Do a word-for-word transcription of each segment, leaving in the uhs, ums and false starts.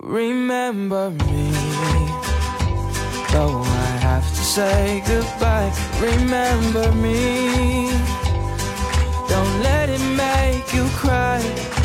Remember me, though I have to say goodbye. Remember me, don't let it make you cry.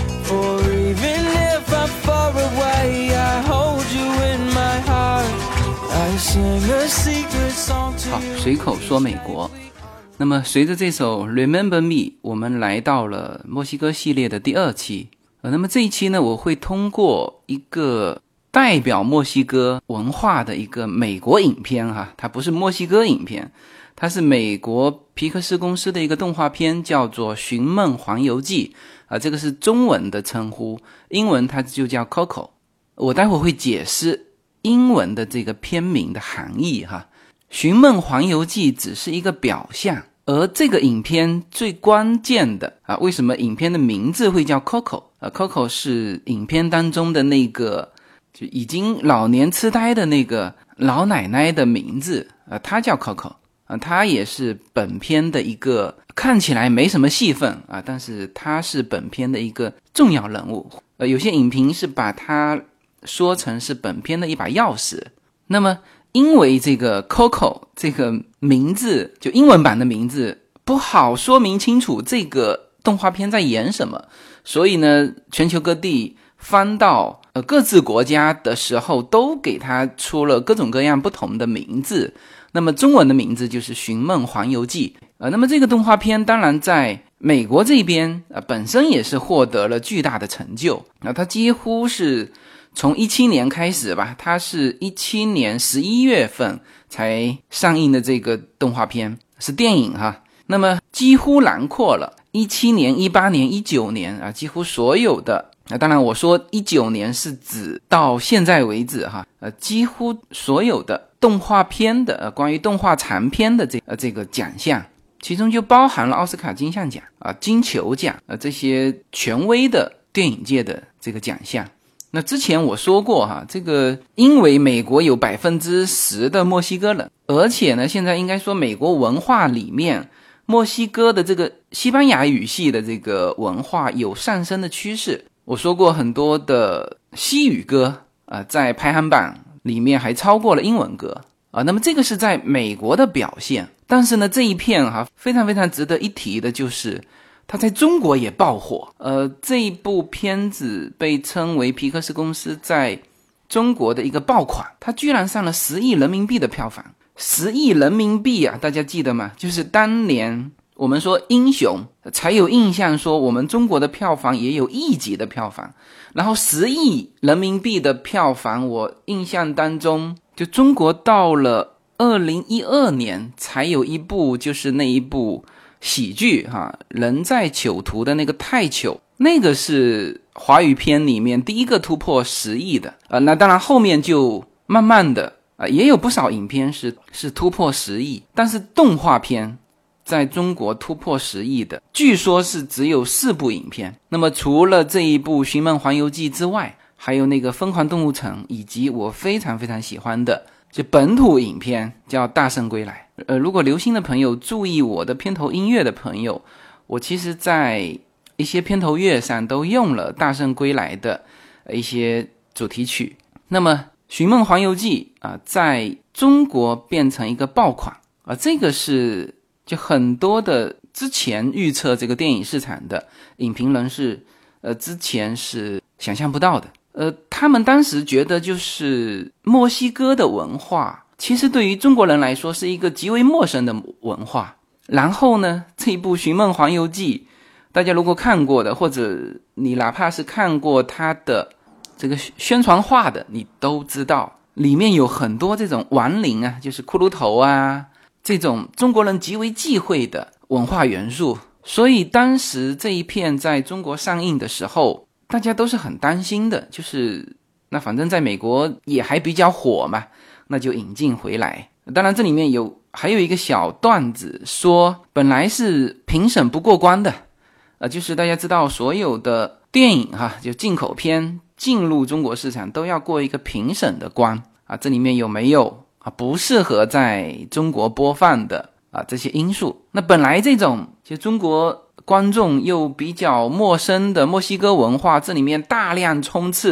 For even if I'm far away, I hold you in my heart. I sing a secret song to you. 好，随口说美国。那么随着这首 Remember Me， 我们来到了墨西哥系列的第二期。呃，那么这一期呢，我会通过一个代表墨西哥文化的一个美国影片哈，它不是墨西哥影片，它是美国皮克斯公司的一个动画片，叫做《寻梦环游记》啊、呃，这个是中文的称呼，英文它就叫 Coco。我待会会解释英文的这个片名的含义哈。寻梦环游记只是一个表象，而这个影片最关键的啊，为什么影片的名字会叫 Coco 啊 Coco 是影片当中的那个就已经老年痴呆的那个老奶奶的名字啊，她叫 Coco 啊，她也是本片的一个看起来没什么戏份啊，但是她是本片的一个重要人物。呃，有些影评是把她说成是本片的一把钥匙。那么因为这个 Coco 这个名字，就英文版的名字不好说明清楚这个动画片在演什么，所以呢，全球各地翻到呃各自国家的时候，都给它出了各种各样不同的名字。那么中文的名字就是《寻梦环游记》呃，那么这个动画片当然在美国这边呃本身也是获得了巨大的成就。那它几乎是从一七年开始吧，它是一七年十一月份才上映的这个动画片，是电影哈。那么几乎囊括了一七年、一八年、一九年啊，几乎所有的啊，当然我说一九年是指到现在为止哈，呃，几乎所有的动画片的、呃、关于动画长片的这呃这个奖项，其中就包含了奥斯卡金像奖啊、金球奖呃这些权威的电影界的这个奖项。那之前我说过哈，这个因为美国有 百分之十 的墨西哥人，而且呢现在应该说美国文化里面墨西哥的这个西班牙语系的这个文化有上升的趋势。我说过很多的西语歌啊、呃，在排行榜里面还超过了英文歌啊、呃。那么这个是在美国的表现，但是呢这一片哈非常非常值得一提的就是它在中国也爆火。呃，这一部片子被称为皮克斯公司在中国的一个爆款，它居然上了十亿人民币的票房。十亿人民币啊，大家记得吗？就是当年我们说英雄才有印象说我们中国的票房也有亿级的票房，然后十亿人民币的票房，我印象当中就中国到了二零一二年才有一部，就是那一部喜剧哈，人在囧途的那个泰囧，那个是华语片里面第一个突破十亿的。呃，那当然后面就慢慢的啊、呃，也有不少影片是是突破十亿，但是动画片在中国突破十亿的，据说是只有四部影片。那么除了这一部《寻梦环游记》之外，还有那个《疯狂动物城》，以及我非常非常喜欢的就本土影片叫《大圣归来》。呃，如果留心的朋友注意我的片头音乐的朋友，我其实在一些片头乐上都用了《大圣归来》的一些主题曲。那么《寻梦环游记》啊、呃，在中国变成一个爆款啊、呃，这个是就很多的之前预测这个电影市场的影评人士，呃，之前是想象不到的。呃，他们当时觉得就是墨西哥的文化其实对于中国人来说是一个极为陌生的文化。然后呢，这一部《寻梦环游记》，大家如果看过的，或者你哪怕是看过它的这个宣传画的，你都知道里面有很多这种亡灵啊，就是骷髅头啊，这种中国人极为忌讳的文化元素。所以当时这一片在中国上映的时候，大家都是很担心的，就是那反正在美国也还比较火嘛，那就引进回来。当然这里面有还有一个小段子说本来是评审不过关的，呃，就是大家知道所有的电影哈，就进口片进入中国市场都要过一个评审的关啊，这里面有没有啊不适合在中国播放的啊这些因素。那本来这种就中国观众又比较陌生的墨西哥文化，这里面大量充斥着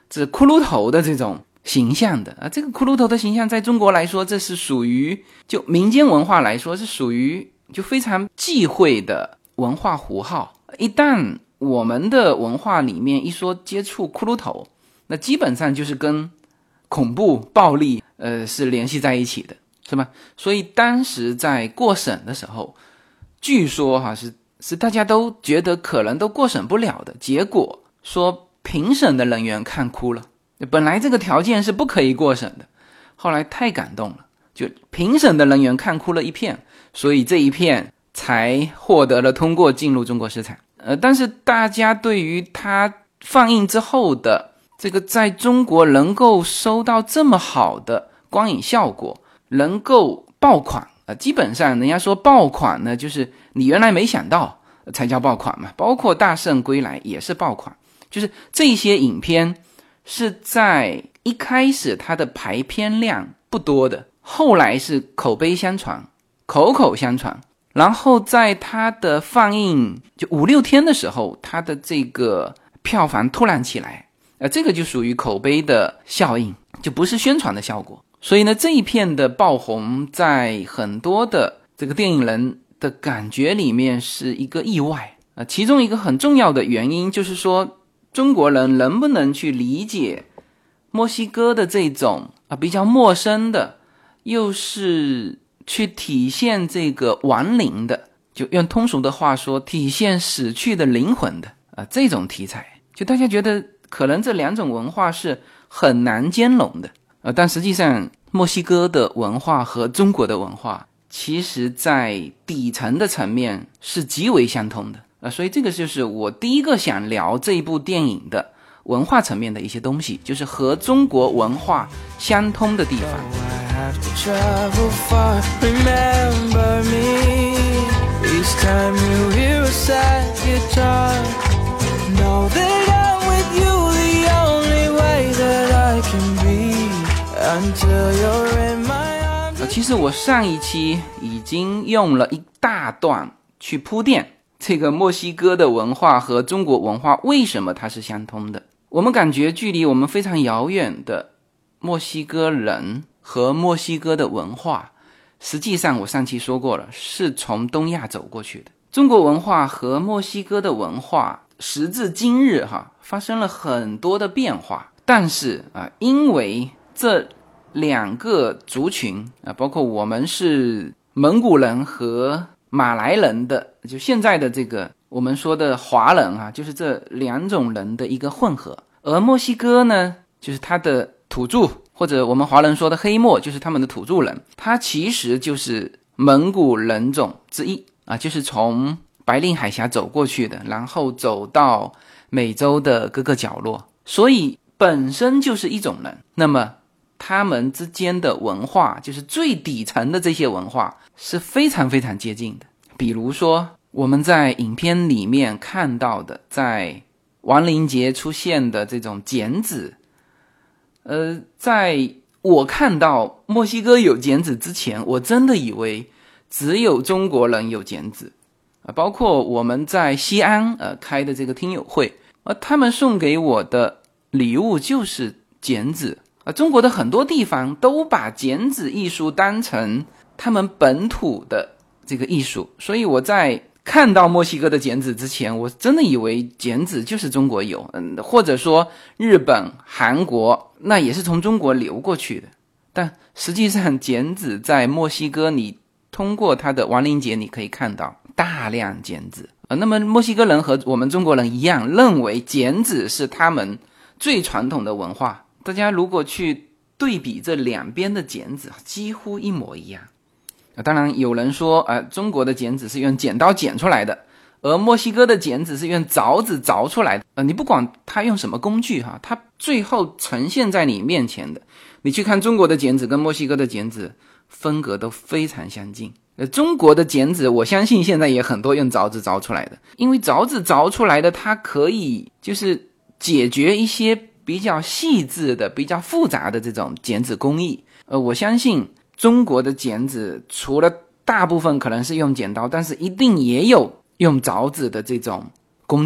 这骷髅头的这种形象的啊。这个骷髅头的形象在中国来说，这是属于就民间文化来说是属于就非常忌讳的文化符号。一旦我们的文化里面一说接触骷髅头，那基本上就是跟恐怖暴力呃是联系在一起的，是吧？所以当时在过审的时候，据说哈是是大家都觉得可能都过审不了的，结果说评审的人员看哭了。本来这个条件是不可以过审的，后来太感动了，就评审的人员看哭了一片，所以这一片才获得了通过进入中国市场。呃，但是大家对于它放映之后的这个在中国能够收到这么好的光影效果，能够爆款，呃，基本上人家说爆款呢，就是你原来没想到才叫爆款嘛，包括大圣归来也是爆款，就是这些影片是在一开始它的排片量不多的，后来是口碑相传，口口相传，然后在它的放映就五六天的时候，它的这个票房突然起来，呃，这个就属于口碑的效应，就不是宣传的效果。所以呢，这一片的爆红在很多的这个电影人的感觉里面是一个意外，呃，其中一个很重要的原因就是说，中国人能不能去理解墨西哥的这种啊比较陌生的，又是去体现这个亡灵的，就用通俗的话说，体现死去的灵魂的啊这种题材，就大家觉得可能这两种文化是很难兼容的，呃，但实际上墨西哥的文化和中国的文化其实在底层的层面是极为相通的，呃，所以这个就是我第一个想聊这一部电影的文化层面的一些东西，就是和中国文化相通的地方。其实我上一期已经用了一大段去铺垫这个墨西哥的文化和中国文化为什么它是相通的。我们感觉距离我们非常遥远的墨西哥人和墨西哥的文化，实际上我上期说过了，是从东亚走过去的。中国文化和墨西哥的文化时至今日哈发生了很多的变化，但是啊，因为这两个族群啊，包括我们是蒙古人和马来人的，就现在的这个我们说的华人啊，就是这两种人的一个混合。而墨西哥呢，就是他的土著，或者我们华人说的黑墨，就是他们的土著人，他其实就是蒙古人种之一啊，就是从白令海峡走过去的，然后走到美洲的各个角落，所以本身就是一种人。那么他们之间的文化，就是最底层的这些文化是非常非常接近的。比如说我们在影片里面看到的，在亡灵节出现的这种剪纸，呃，在我看到墨西哥有剪纸之前，我真的以为只有中国人有剪纸，呃、包括我们在西安呃开的这个听友会，呃，他们送给我的礼物就是剪纸。呃，中国的很多地方都把剪纸艺术当成他们本土的这个艺术，所以我在看到墨西哥的剪纸之前，我真的以为剪纸就是中国有，嗯，或者说日本、韩国那也是从中国流过去的。但实际上剪纸在墨西哥，你通过它的亡灵节你可以看到大量剪纸。呃，那么墨西哥人和我们中国人一样，认为剪纸是他们最传统的文化。大家如果去对比这两边的剪纸，几乎一模一样。当然有人说呃，中国的剪纸是用剪刀剪出来的，而墨西哥的剪纸是用凿子凿出来的。呃，你不管它用什么工具哈，它最后呈现在你面前的，你去看中国的剪纸跟墨西哥的剪纸风格都非常相近。呃，中国的剪纸我相信现在也很多用凿子凿出来的，因为凿子凿出来的它可以就是解决一些比较细致的比较复杂的这种剪纸工艺。呃，我相信中国的剪纸除了大部分可能是用剪刀，但是一定也有用凿子的这种工具。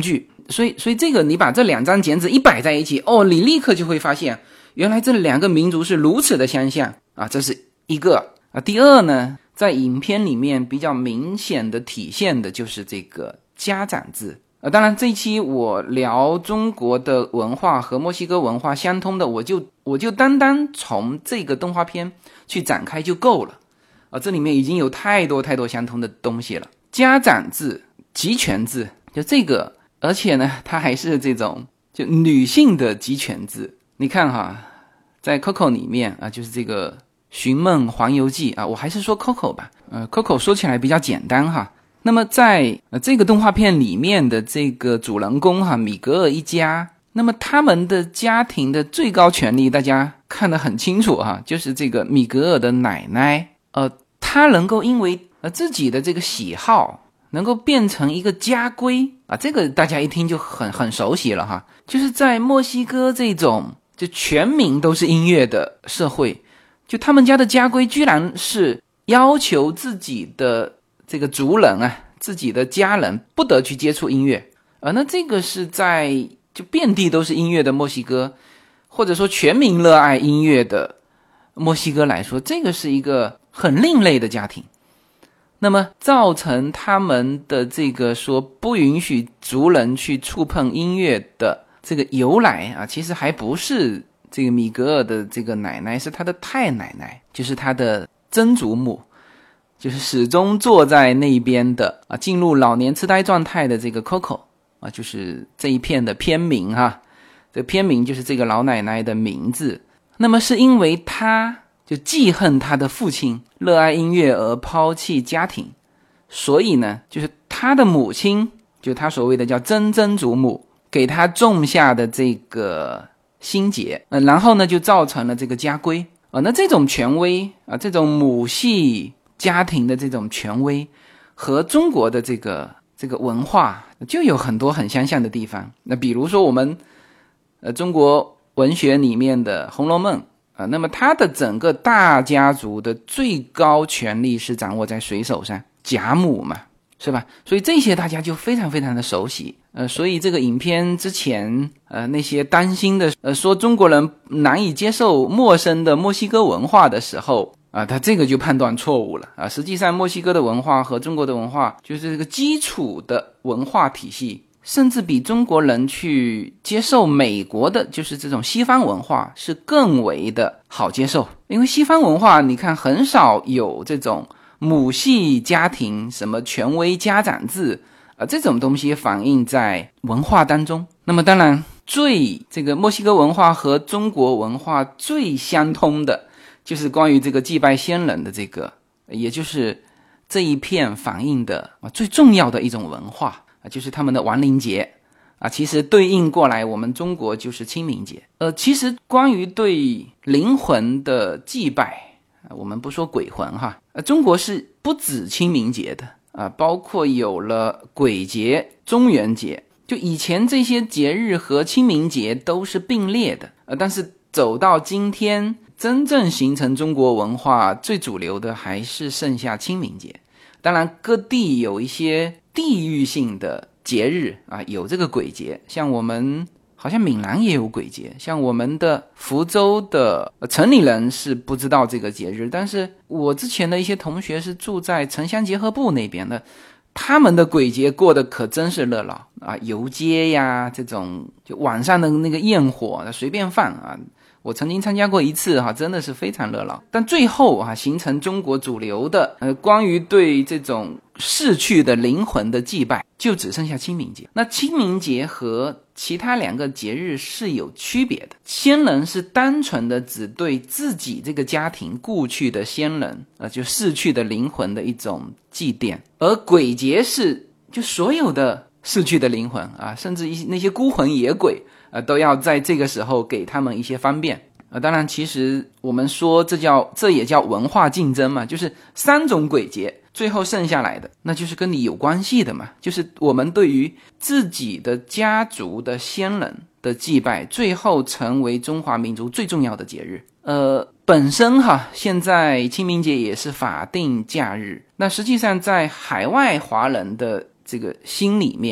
所以所以这个你把这两张剪纸一摆在一起，哦，你立刻就会发现原来这两个民族是如此的相像啊，这是一个啊。第二呢，在影片里面比较明显的体现的就是这个家长制。呃，当然这一期我聊中国的文化和墨西哥文化相通的，我就我就单单从这个动画片去展开就够了啊，这里面已经有太多太多相通的东西了。家长制、集权制，就这个，而且呢，它还是这种就女性的集权制。你看哈，在 Coco 里面啊，就是这个《寻梦环游记》啊，我还是说 Coco 吧，呃 ，Coco 说起来比较简单哈。那么在、呃、这个动画片里面的这个主人公哈米格尔一家，那么他们的家庭的最高权力大家看得很清楚哈，就是这个米格尔的奶奶，呃，她能够因为呃自己的这个喜好能够变成一个家规啊，这个大家一听就很很熟悉了哈，就是在墨西哥这种就全民都是音乐的社会，就他们家的家规居然是要求自己的这个族人啊，自己的家人不得去接触音乐，呃，那这个是在就遍地都是音乐的墨西哥，或者说全民热爱音乐的墨西哥来说，这个是一个很另类的家庭。那么造成他们的这个说不允许族人去触碰音乐的这个由来啊，其实还不是这个米格尔的这个奶奶，是他的太奶奶，就是他的曾祖母，就是始终坐在那边的啊，进入老年痴呆状态的这个 Coco 啊，就是这一片的片名哈，这个片名就是这个老奶奶的名字。那么是因为她就记恨她的父亲热爱音乐而抛弃家庭，所以呢，就是她的母亲，就她所谓的叫曾曾祖母，给她种下的这个心结，呃，然后呢就造成了这个家规啊、呃。那这种权威啊，这种母系家庭的这种权威和中国的这个这个文化就有很多很相像的地方。那比如说我们呃中国文学里面的《红楼梦》啊，那么它的整个大家族的最高权力是掌握在谁手上？贾母嘛，是吧？所以这些大家就非常非常的熟悉。呃，所以这个影片之前呃那些担心的呃说中国人难以接受陌生的墨西哥文化的时候啊，他这个就判断错误了啊！实际上，墨西哥的文化和中国的文化，就是这个基础的文化体系，甚至比中国人去接受美国的，就是这种西方文化是更为的好接受。因为西方文化，你看很少有这种母系家庭、什么权威家长制啊这种东西反映在文化当中。那么当然，最这个墨西哥文化和中国文化最相通的，就是关于这个祭拜先人的这个，也就是这一片反映的啊最重要的一种文化啊，就是他们的亡灵节啊，其实对应过来我们中国就是清明节。呃，其实关于对灵魂的祭拜啊，我们不说鬼魂哈，呃，中国是不止清明节的啊，包括有了鬼节、中元节，就以前这些节日和清明节都是并列的，呃，但是走到今天，真正形成中国文化最主流的还是剩下清明节。当然各地有一些地域性的节日啊，有这个鬼节，像我们好像闽南也有鬼节，像我们的福州的城里人是不知道这个节日，但是我之前的一些同学是住在城乡结合部那边的，他们的鬼节过得可真是热闹啊，游街呀，这种就晚上的那个焰火随便放啊，我曾经参加过一次哈，真的是非常热闹。但最后啊，形成中国主流的呃，关于对这种逝去的灵魂的祭拜，就只剩下清明节。那清明节和其他两个节日是有区别的。先人是单纯的只对自己这个家庭故去的先人，呃，就逝去的灵魂的一种祭奠，而鬼节是就所有的逝去的灵魂啊，甚至一那些孤魂野鬼。呃，都要在这个时候给他们一些方便。呃，当然，其实我们说这叫这也叫文化竞争嘛，就是三种鬼节，最后剩下来的，那就是跟你有关系的嘛，就是我们对于自己的家族的先人的祭拜，最后成为中华民族最重要的节日。呃，本身哈，现在清明节也是法定假日，那实际上在海外华人的这个心里面，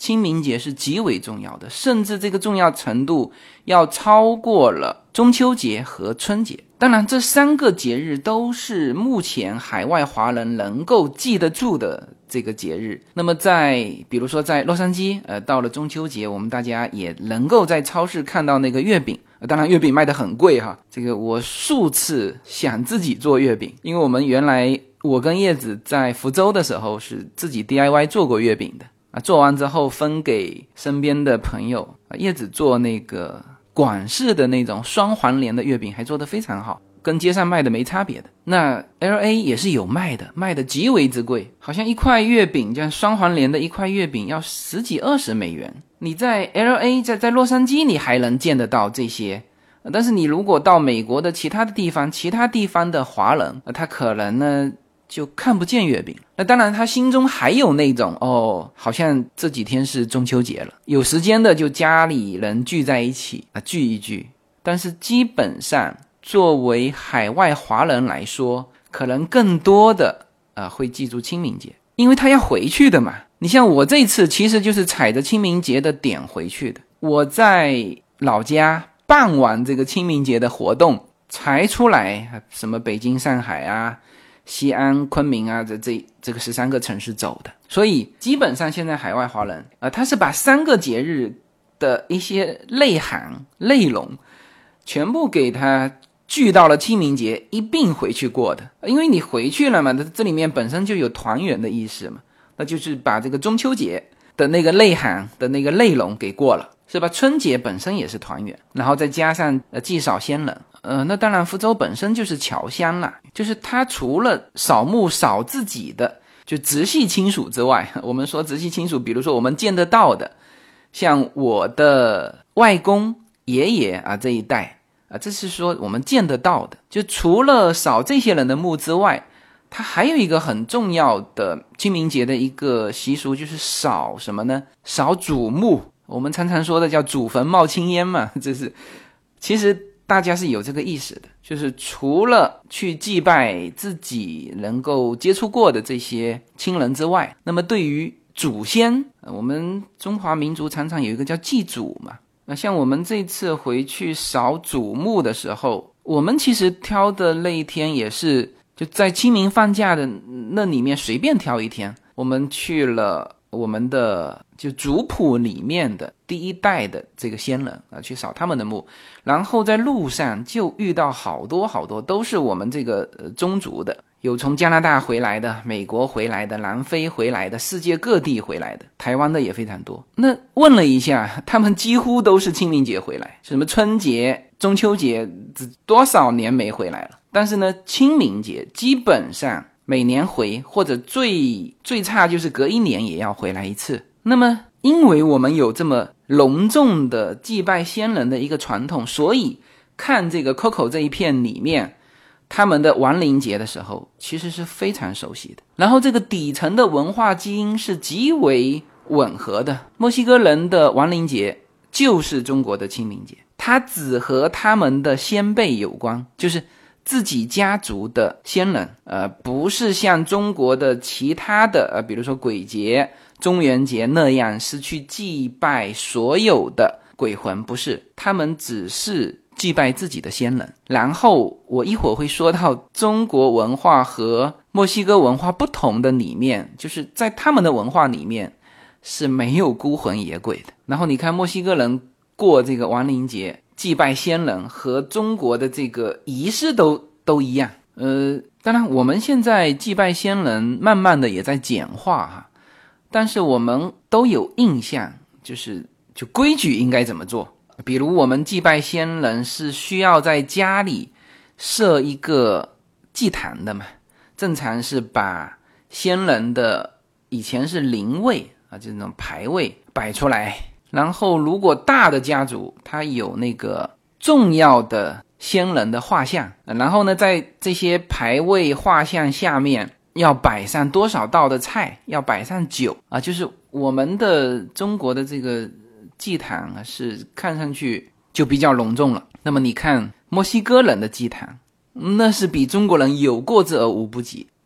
清明节是极为重要的，甚至这个重要程度要超过了中秋节和春节。当然这三个节日都是目前海外华人能够记得住的这个节日。那么在比如说在洛杉矶呃，到了中秋节我们大家也能够在超市看到那个月饼，呃、当然月饼卖得很贵哈，这个我数次想自己做月饼，因为我们原来我跟叶子在福州的时候是自己 D I Y 做过月饼的啊，做完之后分给身边的朋友啊，叶子做那个广式的那种双黄连的月饼还做得非常好，跟街上卖的没差别的。那 L A 也是有卖的，卖的极为之贵，好像一块月饼，这样双黄连的一块月饼要十几二十美元。你在 L A 在在洛杉矶你还能见得到这些，但是你如果到美国的其他的地方，其他地方的华人他可能呢就看不见月饼。那当然他心中还有那种哦，好像这几天是中秋节了，有时间的就家里人聚在一起啊聚一聚。但是基本上作为海外华人来说，可能更多的啊、呃、会记住清明节，因为他要回去的嘛。你像我这次其实就是踩着清明节的点回去的，我在老家办完这个清明节的活动才出来，什么北京、上海啊、西安、昆明啊，这这这个十三个城市走的。所以基本上现在海外华人呃，他是把三个节日的一些内涵内容全部给他聚到了清明节一并回去过的。因为你回去了嘛，这里面本身就有团圆的意思嘛，那就是把这个中秋节的那个内涵的那个内容给过了，是吧？春节本身也是团圆，然后再加上呃祭扫先人。呃，那当然福州本身就是侨乡啦，就是他除了扫墓扫自己的就直系亲属之外，我们说直系亲属，比如说我们见得到的，像我的外公爷爷啊这一代啊，这是说我们见得到的。就除了扫这些人的墓之外，它还有一个很重要的清明节的一个习俗，就是扫什么呢？扫祖墓。我们常常说的叫祖坟冒青烟嘛，这是其实大家是有这个意识的，就是除了去祭拜自己能够接触过的这些亲人之外，那么对于祖先，我们中华民族常常有一个叫祭祖嘛。那像我们这次回去扫祖墓的时候，我们其实挑的那一天也是就在清明放假的那里面随便挑一天，我们去了我们的就族谱里面的第一代的这个先人啊，去扫他们的墓，然后在路上就遇到好多好多都是我们这个呃宗族的，有从加拿大回来的、美国回来的、南非回来的、世界各地回来的，台湾的也非常多。那问了一下，他们几乎都是清明节回来，什么春节、中秋节多少年没回来了，但是呢清明节基本上每年回，或者最最差就是隔一年也要回来一次。那么因为我们有这么隆重的祭拜先人的一个传统，所以看这个 Coco 这一片里面他们的亡灵节的时候其实是非常熟悉的，然后这个底层的文化基因是极为吻合的。墨西哥人的亡灵节就是中国的清明节，它只和他们的先辈有关，就是自己家族的先人，呃，不是像中国的其他的呃，比如说鬼节、中元节那样是去祭拜所有的鬼魂，不是，他们只是祭拜自己的先人。然后我一会儿会说到中国文化和墨西哥文化不同的里面，就是在他们的文化里面是没有孤魂野鬼的。然后你看墨西哥人过这个亡灵节祭拜先人和中国的这个仪式都都一样。呃，当然我们现在祭拜先人慢慢的也在简化哈，但是我们都有印象，就是就规矩应该怎么做。比如我们祭拜先人是需要在家里设一个祭坛的嘛，正常是把先人的以前是灵位啊，这种牌位摆出来，然后如果大的家族它有那个重要的先人的画像，然后呢在这些牌位画像下面要摆上多少道的菜，要摆上酒啊，就是我们的中国的这个祭坛啊是看上去就比较隆重了。那么你看墨西哥人的祭坛，那是比中国人有过之而无不及，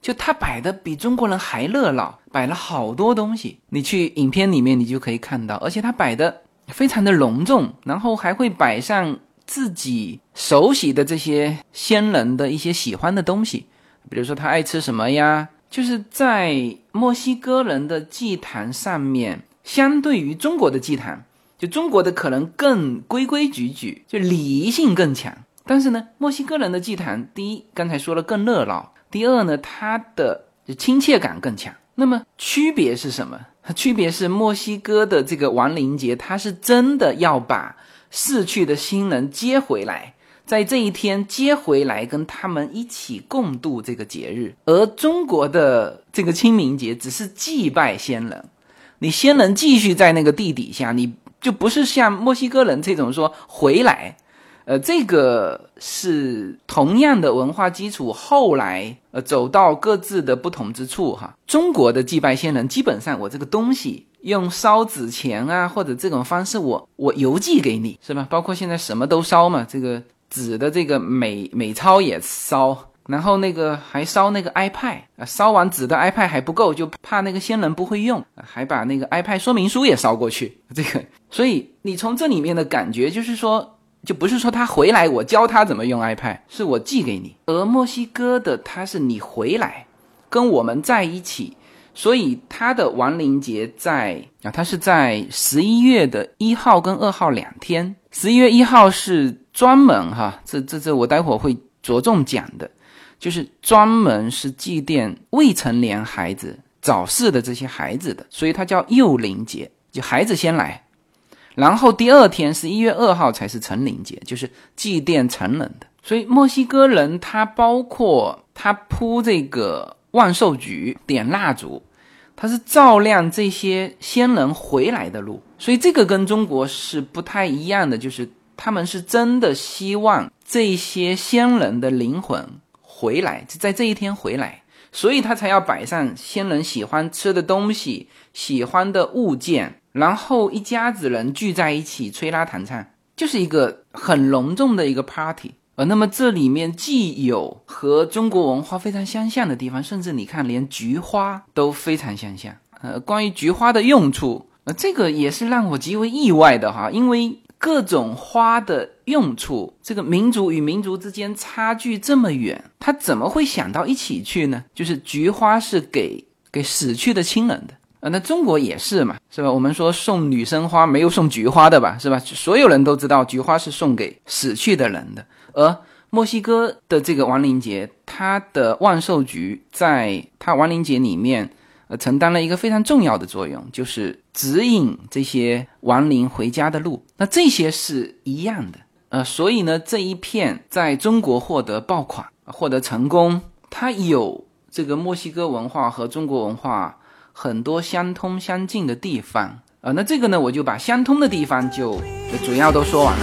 就他摆的比中国人还热闹，摆了好多东西，你去影片里面你就可以看到，而且他摆的非常的隆重，然后还会摆上自己熟悉的这些先人的一些喜欢的东西，比如说他爱吃什么呀，就是在墨西哥人的祭坛上面，相对于中国的祭坛，就中国的可能更规规矩矩，就礼仪性更强，但是呢墨西哥人的祭坛，第一刚才说了更热闹，第二呢它的亲切感更强。那么区别是什么？区别是墨西哥的这个亡灵节，它是真的要把逝去的亲人接回来，在这一天接回来跟他们一起共度这个节日。而中国的这个清明节只是祭拜先人，你先人继续在那个地底下，你就不是像墨西哥人这种说回来，呃，这个是同样的文化基础，后来呃走到各自的不同之处哈。中国的祭拜先人，基本上我这个东西用烧纸钱啊，或者这种方式我我邮寄给你，是吧？包括现在什么都烧嘛，这个纸的这个美美钞也烧，然后那个还烧那个 iPad， 烧完纸的 iPad 还不够，就怕那个先人不会用，还把那个 iPad 说明书也烧过去。这个，所以你从这里面的感觉就是说，就不是说他回来我教他怎么用 iPad， 是我寄给你。而墨西哥的他是你回来跟我们在一起，所以他的亡灵节在啊，他是在十一月的一号跟二号两天。十一月一号是专门哈，这这这我待会儿会着重讲的，就是专门是祭奠未成年孩子早逝的这些孩子的，所以它叫幼灵节，就孩子先来。然后第二天十一月二号才是成灵节，就是祭奠成人的。所以墨西哥人他包括他铺这个万寿菊，点蜡烛，他是照亮这些先人回来的路。所以这个跟中国是不太一样的，就是他们是真的希望这些先人的灵魂回来，在这一天回来，所以他才要摆上先人喜欢吃的东西，喜欢的物件，然后一家子人聚在一起吹拉弹唱，就是一个很隆重的一个 party。 而那么这里面既有和中国文化非常相像的地方，甚至你看连菊花都非常相像。呃，关于菊花的用处，呃，这个也是让我极为意外的哈，因为各种花的用处，这个民族与民族之间差距这么远，他怎么会想到一起去呢？就是菊花是给给死去的亲人的。呃，那中国也是嘛，是吧？我们说送女生花没有送菊花的吧，是吧？所有人都知道菊花是送给死去的人的。而墨西哥的这个亡灵节，它的万寿菊在它亡灵节里面呃，承担了一个非常重要的作用，就是指引这些亡灵回家的路。那这些是一样的，呃，所以呢，这一片在中国获得爆款，获得成功，它有这个墨西哥文化和中国文化很多相通相近的地方。呃，那这个呢，我就把相通的地方就就主要都说完了。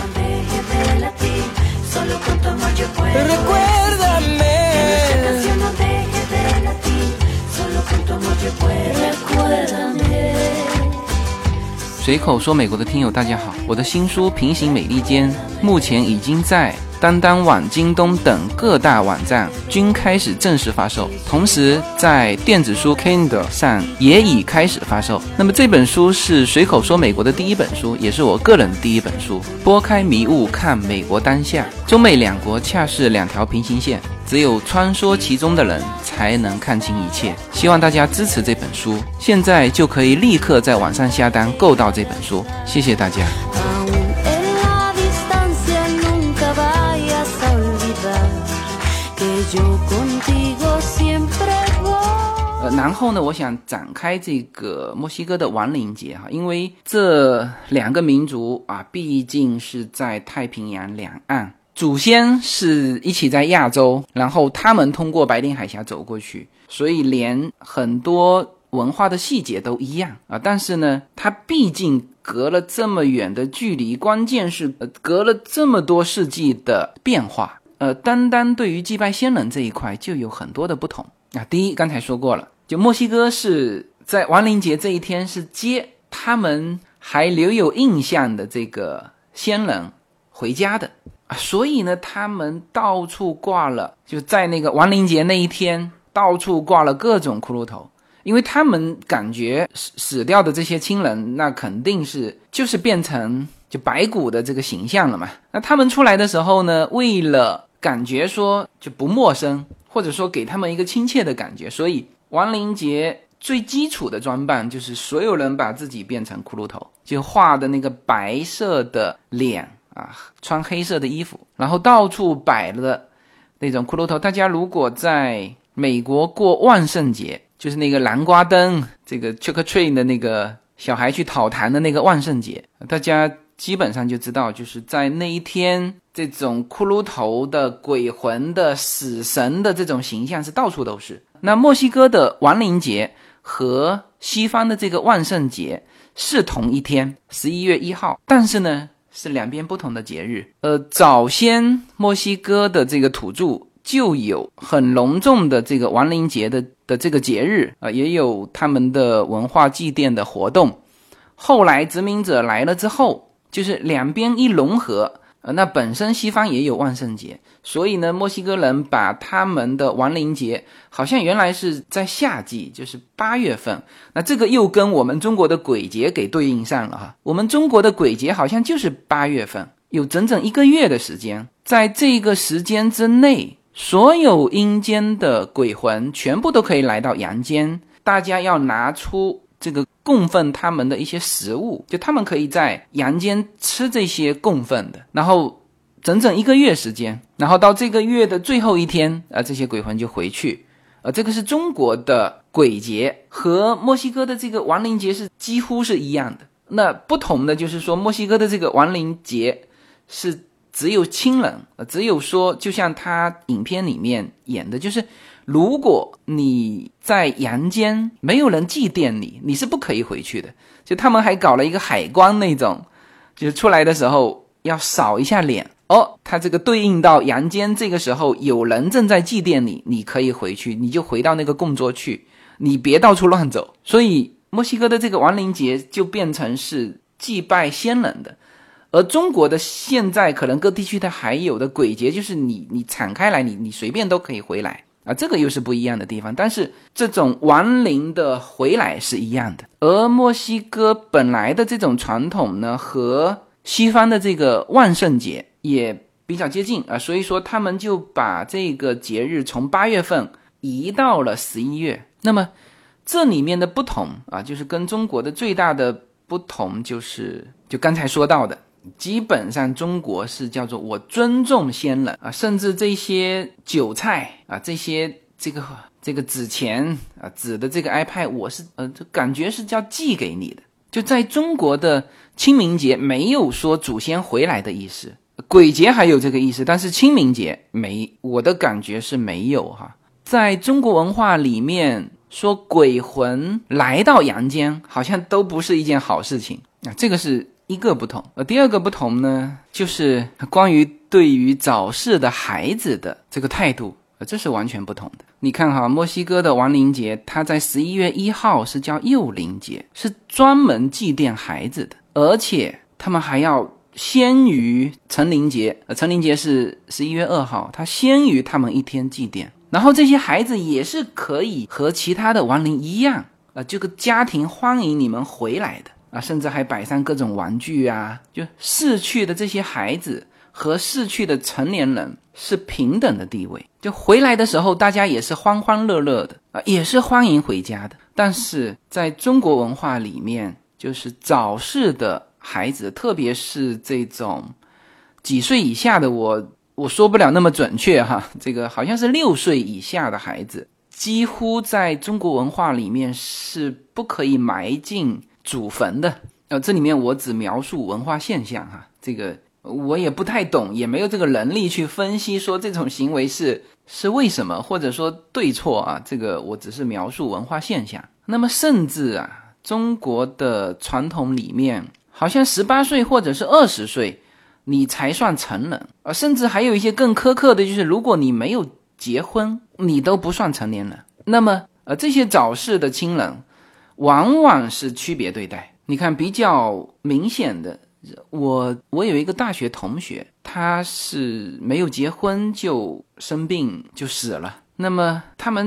随口说美国的听友大家好，我的新书《平行美利坚》目前已经在当当网、京东等各大网站均开始正式发售，同时在电子书 Kindle 上也已开始发售。那么这本书是随口说美国的第一本书，也是我个人的第一本书。拨开迷雾看美国当下，中美两国恰是两条平行线，只有穿梭其中的人才能看清一切。希望大家支持这本书，现在就可以立刻在网上下单购到这本书，谢谢大家。呃，然后呢，我想展开这个墨西哥的亡灵节哈，因为这两个民族啊，毕竟是在太平洋两岸，祖先是一起在亚洲，然后他们通过白令海峡走过去，所以连很多文化的细节都一样啊。但是呢，它毕竟隔了这么远的距离，关键是、呃、隔了这么多世纪的变化。呃，单单对于祭拜先人这一块就有很多的不同啊。第一，刚才说过了，就墨西哥是在亡灵节这一天是接他们还留有印象的这个先人回家的啊，所以呢，他们到处挂了，就在那个亡灵节那一天到处挂了各种骷髅头，因为他们感觉死掉的这些亲人，那肯定是就是变成就白骨的这个形象了嘛。那他们出来的时候呢，为了感觉说就不陌生，或者说给他们一个亲切的感觉，所以亡灵节最基础的装扮就是所有人把自己变成骷髅头，就画的那个白色的脸啊，穿黑色的衣服，然后到处摆了那种骷髅头。大家如果在美国过万圣节，就是那个南瓜灯，这个 trick or treat 的那个小孩去讨糖的那个万圣节，大家基本上就知道，就是在那一天，这种骷髅头的鬼魂的死神的这种形象是到处都是。那墨西哥的亡灵节和西方的这个万圣节是同一天，十一月一号，但是呢是两边不同的节日。呃，早先墨西哥的这个土著就有很隆重的这个亡灵节的的这个节日啊、呃，也有他们的文化祭奠的活动。后来殖民者来了之后，就是两边一融合，呃，那本身西方也有万圣节，所以呢，墨西哥人把他们的亡灵节好像原来是在夏季，就是八月份，那这个又跟我们中国的鬼节给对应上了哈。我们中国的鬼节好像就是八月份，有整整一个月的时间，在这个时间之内，所有阴间的鬼魂全部都可以来到阳间，大家要拿出这个供奉他们的一些食物，就他们可以在阳间吃这些供奉的，然后整整一个月时间，然后到这个月的最后一天啊，这些鬼魂就回去。呃，这个是中国的鬼节，和墨西哥的这个亡灵节是几乎是一样的。那不同的就是说，墨西哥的这个亡灵节是只有亲人，呃，只有说就像他影片里面演的，就是如果你在阳间没有人祭奠你，你是不可以回去的。就他们还搞了一个海关那种，就是出来的时候要扫一下脸，哦，他这个对应到阳间，这个时候有人正在祭奠你，你可以回去，你就回到那个供桌去，你别到处乱走。所以墨西哥的这个亡灵节就变成是祭拜先人的。而中国的现在可能各地区的还有的鬼节，就是你你敞开来，你你随便都可以回来啊，这个又是不一样的地方。但是这种亡灵的回来是一样的。而墨西哥本来的这种传统呢，和西方的这个万圣节也比较接近啊，所以说他们就把这个节日从八月份移到了十一月。那么这里面的不同啊，就是跟中国的最大的不同就是就刚才说到的，基本上中国是叫做我尊重先人啊，甚至这些韭菜啊，这些这个这个纸钱啊，纸的这个 iPad， 我是呃，就感觉是叫寄给你的。就在中国的清明节没有说祖先回来的意思，鬼节还有这个意思，但是清明节没，我的感觉是没有哈。在中国文化里面说鬼魂来到阳间，好像都不是一件好事情啊，这个是一个不同。呃，第二个不同呢，就是关于对于早逝的孩子的这个态度，呃，这是完全不同的。你看哈，墨西哥的亡灵节，它在十一月一号是叫幼灵节，是专门祭奠孩子的，而且他们还要先于成灵节，呃，成灵节是十一月二号，它先于他们一天祭奠。然后这些孩子也是可以和其他的亡灵一样，呃，这个家庭欢迎你们回来的啊，甚至还摆上各种玩具啊，就逝去的这些孩子和逝去的成年人是平等的地位，就回来的时候大家也是欢欢乐乐的啊，也是欢迎回家的。但是在中国文化里面，就是早逝的孩子，特别是这种几岁以下的，我我说不了那么准确哈，这个好像是六岁以下的孩子，几乎在中国文化里面是不可以埋进祖坟的。呃，这里面我只描述文化现象哈，这个我也不太懂，也没有这个能力去分析说这种行为是是为什么，或者说对错啊，这个我只是描述文化现象。那么甚至啊，中国的传统里面好像十八岁或者是二十岁你才算成人，呃，甚至还有一些更苛刻的，就是如果你没有结婚，你都不算成年人。那么呃，这些早逝的亲人往往是区别对待。你看比较明显的，我我有一个大学同学，他是没有结婚就生病就死了。那么他们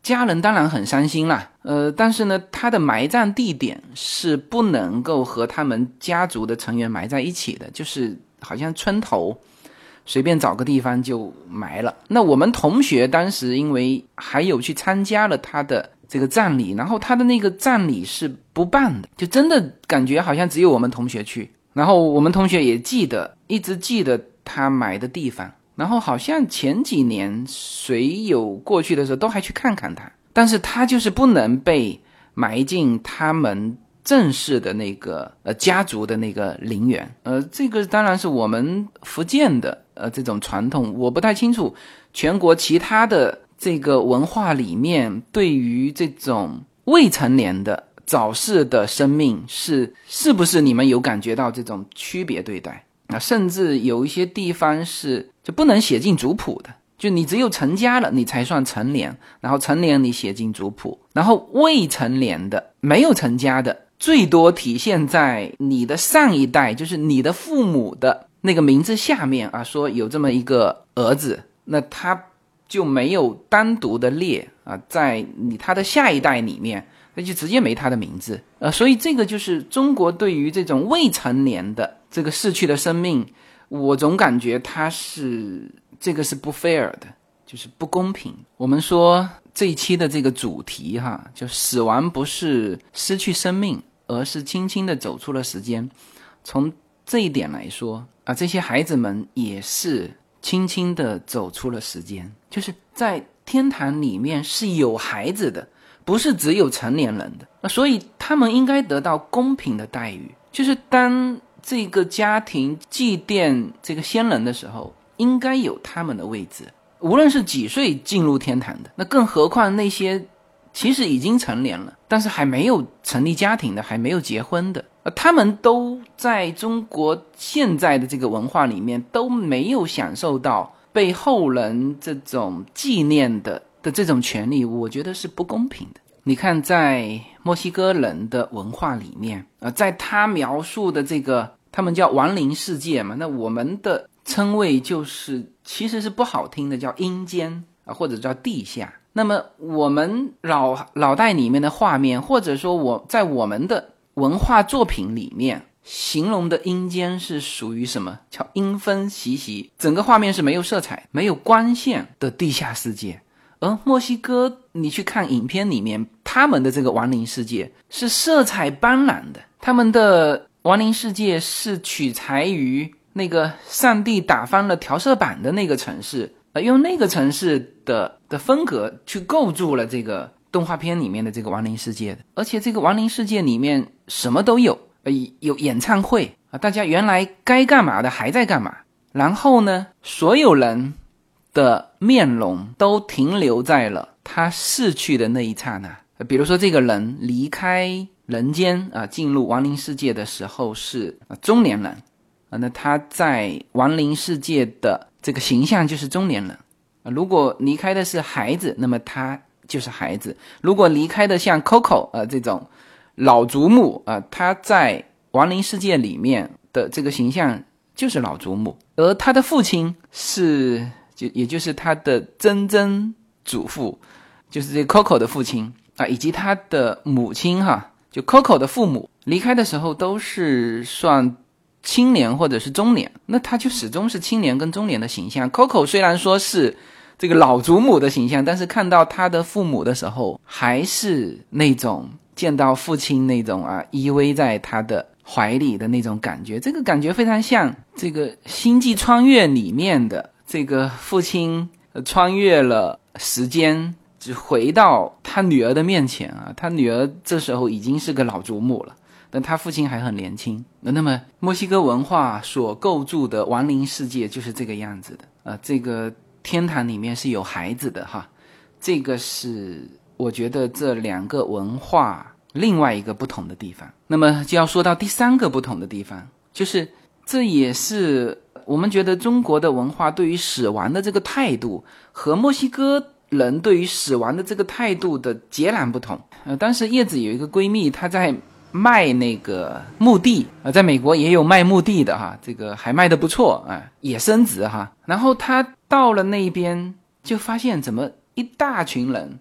家人当然很伤心啦，呃，但是呢，他的埋葬地点是不能够和他们家族的成员埋在一起的，就是好像村头随便找个地方就埋了。那我们同学当时因为还有去参加了他的这个葬礼，然后他的那个葬礼是不办的，就真的感觉好像只有我们同学去，然后我们同学也记得，一直记得他埋的地方，然后好像前几年谁有过去的时候都还去看看他，但是他就是不能被埋进他们正式的那个呃家族的那个陵园。呃，这个当然是我们福建的呃这种传统，我不太清楚全国其他的这个文化里面对于这种未成年的早逝的生命是是不是你们有感觉到这种区别对待啊？甚至有一些地方是就不能写进族谱的，就你只有成家了你才算成年，然后成年你写进族谱，然后未成年的没有成家的最多体现在你的上一代，就是你的父母的那个名字下面啊，说有这么一个儿子，那他就没有单独的列啊，在你他的下一代里面，那就直接没他的名字。呃，所以这个就是中国对于这种未成年的这个逝去的生命，我总感觉它是这个是不 fair 的，就是不公平。我们说这一期的这个主题哈，就死亡不是失去生命，而是轻轻的走出了时间。从这一点来说啊，这些孩子们也是轻轻的走出了时间，就是在天堂里面是有孩子的，不是只有成年人的，所以他们应该得到公平的待遇。就是当这个家庭祭奠这个先人的时候，应该有他们的位置，无论是几岁进入天堂的，那更何况那些其实已经成年了但是还没有成立家庭的，还没有结婚的，他们都在中国现在的这个文化里面都没有享受到被后人这种纪念的的这种权利，我觉得是不公平的。你看在墨西哥人的文化里面，呃，在他描述的这个他们叫亡灵世界嘛，那我们的称谓就是其实是不好听的，叫阴间啊，或者叫地下。那么我们脑脑袋里面的画面，或者说我在我们的文化作品里面形容的阴间是属于什么？叫阴风习习，整个画面是没有色彩没有光线的地下世界。而墨西哥你去看影片里面，他们的这个亡灵世界是色彩斑斓的，他们的亡灵世界是取材于那个上帝打翻了调色板的那个城市，呃，用那个城市的的风格去构筑了这个动画片里面的这个亡灵世界的。而且这个亡灵世界里面什么都有，呃，有演唱会啊，大家原来该干嘛的还在干嘛，然后呢，所有人的面容都停留在了他逝去的那一刹那。比如说这个人离开人间啊，进入亡灵世界的时候是中年人啊，那他在亡灵世界的这个形象就是中年人啊。如果离开的是孩子，那么他就是孩子；如果离开的像 Coco 啊这种老祖母啊，他在亡灵世界里面的这个形象就是老祖母，而他的父亲是就也就是他的曾曾祖父，就是这个 Coco 的父亲啊，以及他的母亲哈，就 Coco 的父母离开的时候都是算青年或者是中年，那他就始终是青年跟中年的形象。 Coco 虽然说是这个老祖母的形象，但是看到他的父母的时候还是那种见到父亲那种啊依偎在他的怀里的那种感觉，这个感觉非常像这个星际穿越里面的这个父亲穿越了时间只回到他女儿的面前啊，他女儿这时候已经是个老祖母了，但他父亲还很年轻。那么墨西哥文化所构筑的亡灵世界就是这个样子的啊，这个天堂里面是有孩子的哈，这个是我觉得这两个文化另外一个不同的地方。那么就要说到第三个不同的地方，就是这也是我们觉得中国的文化对于死亡的这个态度和墨西哥人对于死亡的这个态度的截然不同。呃，当时叶子有一个闺蜜，她在卖那个墓地，呃，在美国也有卖墓地的哈，这个还卖得不错啊，也升值哈。然后她到了那边就发现怎么一大群人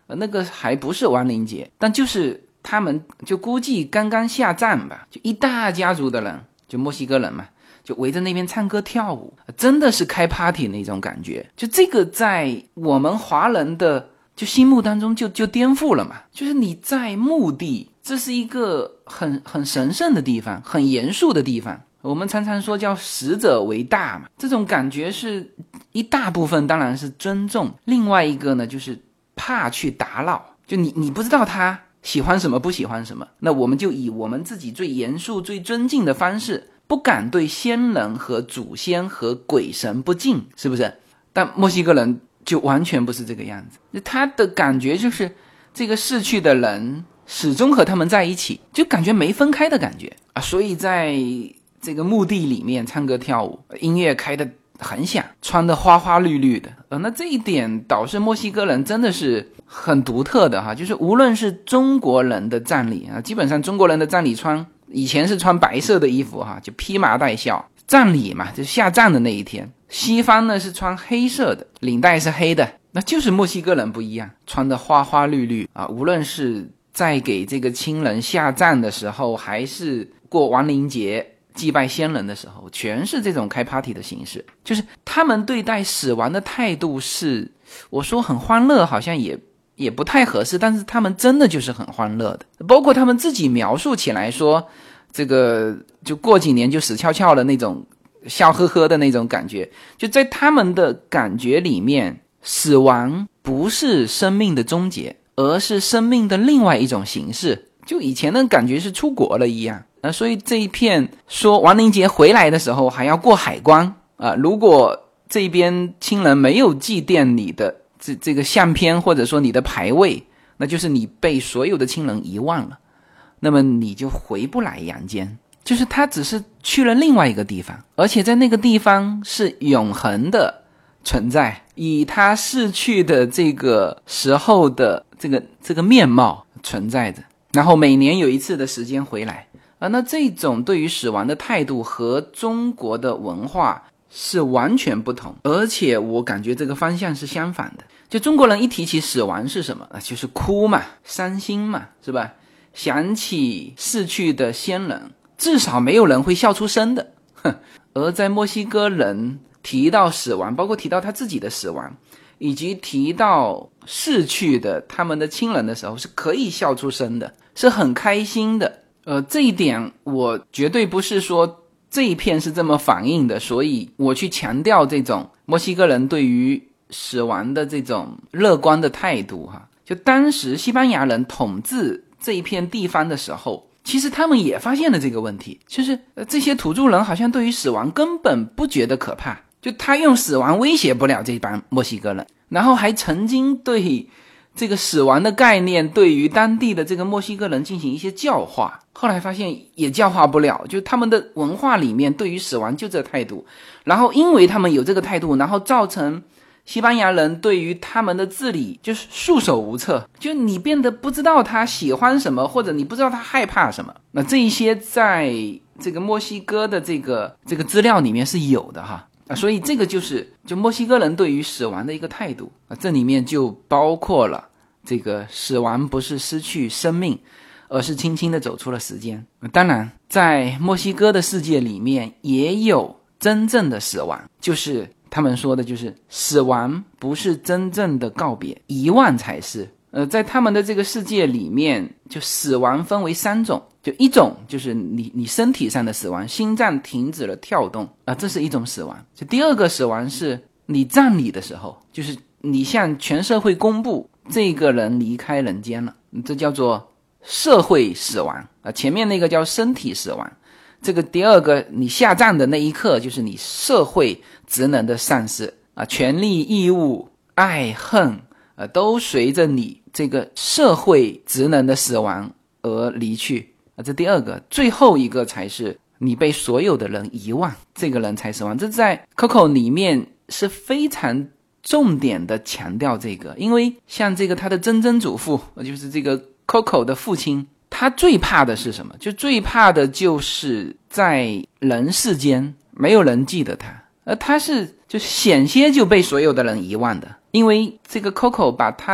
呃，那个还不是亡灵节，但就是他们就估计刚刚下站吧，就一大家族的人，就墨西哥人嘛，就围着那边唱歌跳舞，真的是开 party 那种感觉。就这个在我们华人的就心目当中就就颠覆了嘛，就是你在墓地，这是一个很很神圣的地方，很严肃的地方。我们常常说叫死者为大嘛，这种感觉是一大部分当然是尊重，另外一个呢就是怕去打扰，就你你不知道他喜欢什么不喜欢什么，那我们就以我们自己最严肃最尊敬的方式，不敢对先人和祖先和鬼神不敬，是不是？但墨西哥人就完全不是这个样子，他的感觉就是这个逝去的人始终和他们在一起，就感觉没分开的感觉啊，所以在这个墓地里面唱歌跳舞，音乐开得很响，穿得花花绿绿的，呃，那这一点导致墨西哥人真的是很独特的哈，就是无论是中国人的葬礼啊，基本上中国人的葬礼穿以前是穿白色的衣服哈，就披麻戴孝，葬礼嘛，就下葬的那一天。西方呢是穿黑色的，领带是黑的，那就是墨西哥人不一样，穿得花花绿绿啊，无论是在给这个亲人下葬的时候，还是过亡灵节祭拜先人的时候，全是这种开 party 的形式。就是他们对待死亡的态度是，我说很欢乐好像也也不太合适，但是他们真的就是很欢乐的。包括他们自己描述起来说，这个就过几年就死翘翘的那种笑呵呵的那种感觉，就在他们的感觉里面，死亡不是生命的终结，而是生命的另外一种形式，就以前的感觉是出国了一样。呃，所以这一片说亡灵节回来的时候还要过海关啊、呃，如果这边亲人没有祭奠你的这这个相片，或者说你的牌位，那就是你被所有的亲人遗忘了，那么你就回不来阳间，就是他只是去了另外一个地方，而且在那个地方是永恒的存在，以他逝去的这个时候的这个这个面貌存在着，然后每年有一次的时间回来。啊，那这种对于死亡的态度和中国的文化是完全不同，而且我感觉这个方向是相反的。就中国人一提起死亡是什么？就是哭嘛，伤心嘛，是吧？想起逝去的先人，至少没有人会笑出声的。哼，而在墨西哥人提到死亡，包括提到他自己的死亡，以及提到逝去的他们的亲人的时候，是可以笑出声的，是很开心的。呃，这一点我绝对不是说这一片是这么反映的，所以我去强调这种墨西哥人对于死亡的这种乐观的态度哈。就当时西班牙人统治这一片地方的时候，其实他们也发现了这个问题，就是呃这些土著人好像对于死亡根本不觉得可怕，就他用死亡威胁不了这帮墨西哥人，然后还曾经对这个死亡的概念对于当地的这个墨西哥人进行一些教化，后来发现也教化不了，就他们的文化里面对于死亡就这个态度，然后因为他们有这个态度，然后造成西班牙人对于他们的治理就是束手无策，就你变得不知道他喜欢什么，或者你不知道他害怕什么。那这一些在这个墨西哥的这个这个资料里面是有的哈。啊，所以这个就是就墨西哥人对于死亡的一个态度啊，这里面就包括了这个死亡不是失去生命，而是轻轻地走出了时间。当然在墨西哥的世界里面也有真正的死亡，就是他们说的就是死亡不是真正的告别，遗忘才是。呃，在他们的这个世界里面，就死亡分为三种，就一种就是你你身体上的死亡，心脏停止了跳动啊、呃，这是一种死亡。就第二个死亡是你葬礼的时候，就是你向全社会公布这个人离开人间了，这叫做社会死亡啊、呃。前面那个叫身体死亡，这个第二个你下葬的那一刻就是你社会职能的丧失啊、呃，权利义务爱恨呃，都随着你这个社会职能的死亡而离去啊，这第二个。最后一个才是你被所有的人遗忘，这个人才死亡。这在 Coco 里面是非常重点的强调这个，因为像这个他的曾曾祖父，就是这个 Coco 的父亲，他最怕的是什么？就最怕的就是在人世间没有人记得他，而他是就险些就被所有的人遗忘的。因为这个 Coco 把他的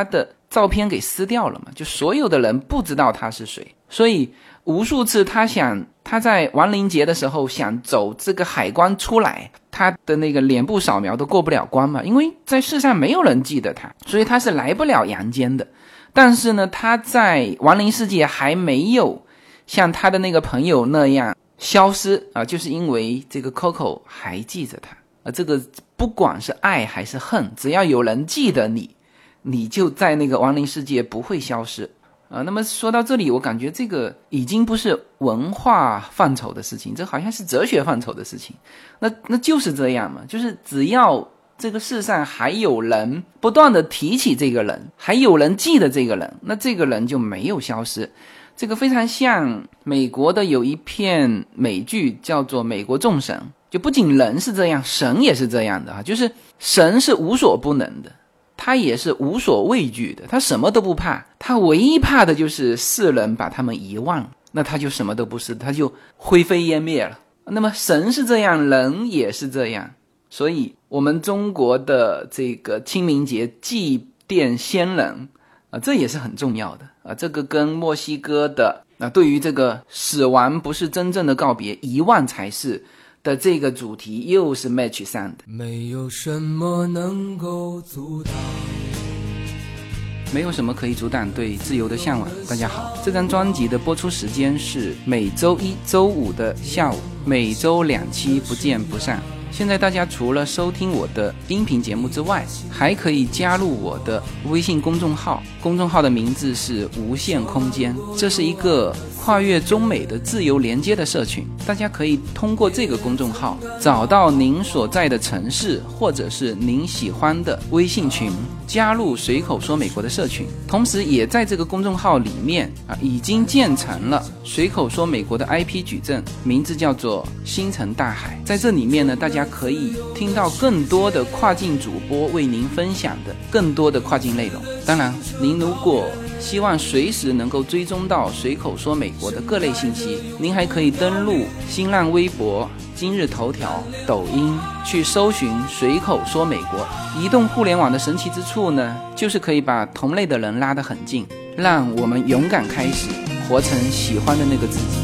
照片给撕掉了嘛，就所有的人不知道他是谁，所以无数次他想他在亡灵节的时候想走这个海关出来，他的那个脸部扫描都过不了关嘛，因为在世上没有人记得他，所以他是来不了阳间的。但是呢，他在亡灵世界还没有像他的那个朋友那样消失啊，就是因为这个 Coco 还记着他啊，这个不管是爱还是恨，只要有人记得你，你就在那个亡灵世界不会消失啊。那么说到这里，我感觉这个已经不是文化范畴的事情，这好像是哲学范畴的事情。那那就是这样嘛，就是只要这个世上还有人不断的提起这个人，还有人记得这个人，那这个人就没有消失。这个非常像美国的有一片美剧叫做《美国众神》，就不仅人是这样，神也是这样的啊，就是神是无所不能的，他也是无所畏惧的，他什么都不怕，他唯一怕的就是世人把他们遗忘，那他就什么都不是，他就灰飞烟灭了。那么神是这样，人也是这样，所以我们中国的这个清明节祭奠先人啊，这也是很重要的啊。这个跟墨西哥的啊，对于这个死亡不是真正的告别，遗忘才是的这个主题又是 match 上的。 没有什么能够阻挡， 没有什么可以阻挡对自由的向往。大家好，这张专辑的播出时间是每周一周五的下午，每周两期，不见不散。现在大家除了收听我的音频节目之外，还可以加入我的微信公众号，公众号的名字是无限空间，这是一个跨越中美的自由连接的社群，大家可以通过这个公众号找到您所在的城市或者是您喜欢的微信群，加入随口说美国的社群。同时也在这个公众号里面啊，已经建成了随口说美国的 I P 矩阵，名字叫做星辰大海。在这里面呢，大家可以听到更多的跨境主播为您分享的更多的跨境内容。当然您如果希望随时能够追踪到随口说美国的各类信息，您还可以登录新浪微博、今日头条、抖音去搜寻随口说美国。移动互联网的神奇之处呢，就是可以把同类的人拉得很近，让我们勇敢开始，活成喜欢的那个自己。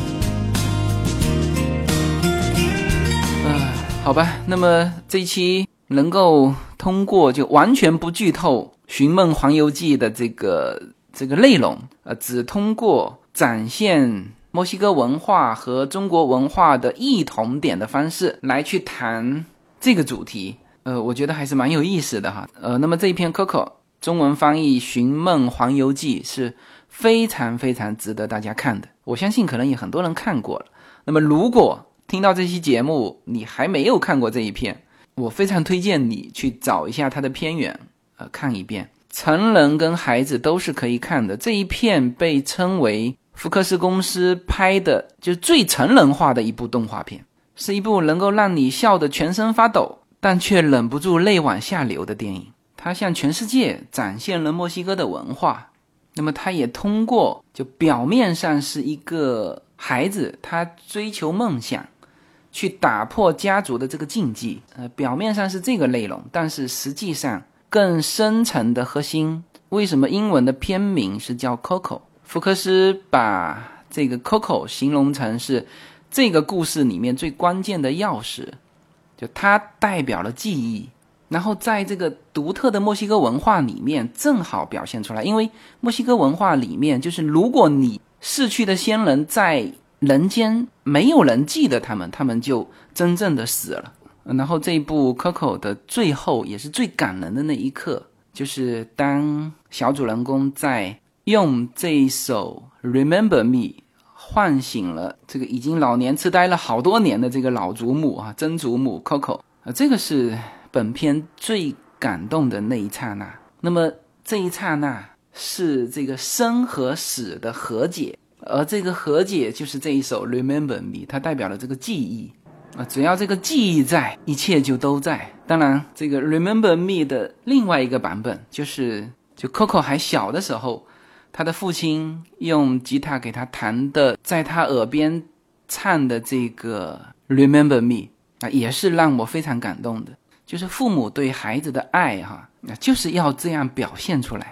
呃，好吧，那么这一期能够通过就完全不剧透《寻梦环游记》的这个这个内容，呃，只通过展现墨西哥文化和中国文化的异同点的方式来去谈这个主题，呃，我觉得还是蛮有意思的哈。呃，那么这一篇 Coco 中文翻译《寻梦环游记》是非常非常值得大家看的，我相信可能也很多人看过了。那么如果听到这期节目你还没有看过这一篇，我非常推荐你去找一下它的片源，呃，看一遍。成人跟孩子都是可以看的，这一片被称为福克斯公司拍的就是最成人化的一部动画片，是一部能够让你笑得全身发抖但却忍不住泪往下流的电影。它向全世界展现了墨西哥的文化，那么它也通过就表面上是一个孩子他追求梦想去打破家族的这个禁忌，呃，表面上是这个内容，但是实际上更深层的核心，为什么英文的片名是叫 Coco？ 福克斯把这个 Coco 形容成是这个故事里面最关键的钥匙，就它代表了记忆，然后在这个独特的墨西哥文化里面正好表现出来。因为墨西哥文化里面就是如果你逝去的先人在人间没有人记得他们，他们就真正的死了。然后这一部 Coco 的最后也是最感人的那一刻，就是当小主人公在用这一首 Remember Me 唤醒了这个已经老年痴呆了好多年的这个老祖母啊，曾祖母 Coco， 啊，这个是本片最感动的那一刹那。那么这一刹那是这个生和死的和解，而这个和解就是这一首 Remember Me， 它代表了这个记忆啊，只要这个记忆在，一切就都在。当然这个 Remember Me 的另外一个版本就是就 Coco 还小的时候，他的父亲用吉他给他弹的，在他耳边唱的这个 Remember Me 啊，也是让我非常感动的。就是父母对孩子的爱哈，就是要这样表现出来。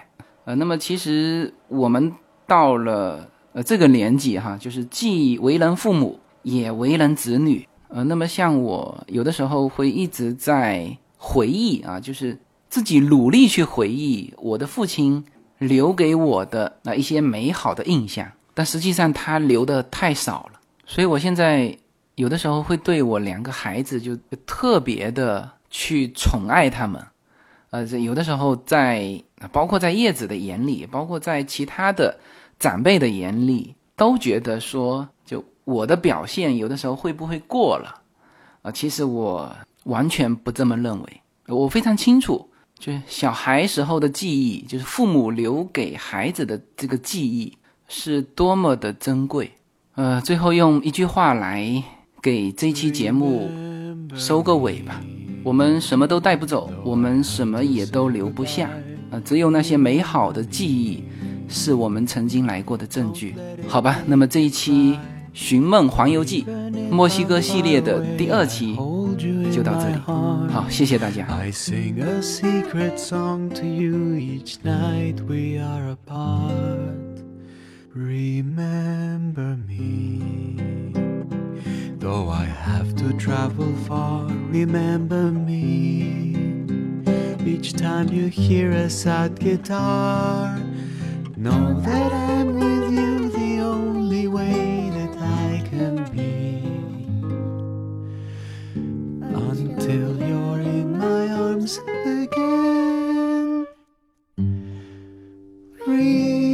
呃，那么其实我们到了呃这个年纪哈，就是既为人父母，也为人子女。呃，那么像我有的时候会一直在回忆啊，就是自己努力去回忆我的父亲留给我的那一些美好的印象，但实际上他留的太少了，所以我现在有的时候会对我两个孩子就特别的去宠爱他们。呃，有的时候在包括在叶子的眼里，包括在其他的长辈的眼里，都觉得说就我的表现有的时候会不会过了啊、呃？其实我完全不这么认为，我非常清楚，就是小孩时候的记忆，就是父母留给孩子的这个记忆是多么的珍贵。呃，最后用一句话来给这一期节目收个尾吧。我们什么都带不走，我们什么也都留不下，呃，只有那些美好的记忆是我们曾经来过的证据。好吧，那么这一期寻梦环游记墨西哥系列的第二期就到这里，好，谢谢大家。 I sing a secret song to you each night we are apart. Remember me, though I have to travel far. Remember me, each time you hear a sad guitar. Know that I'm with you the only way that I can be, until you're in my arms again. Remember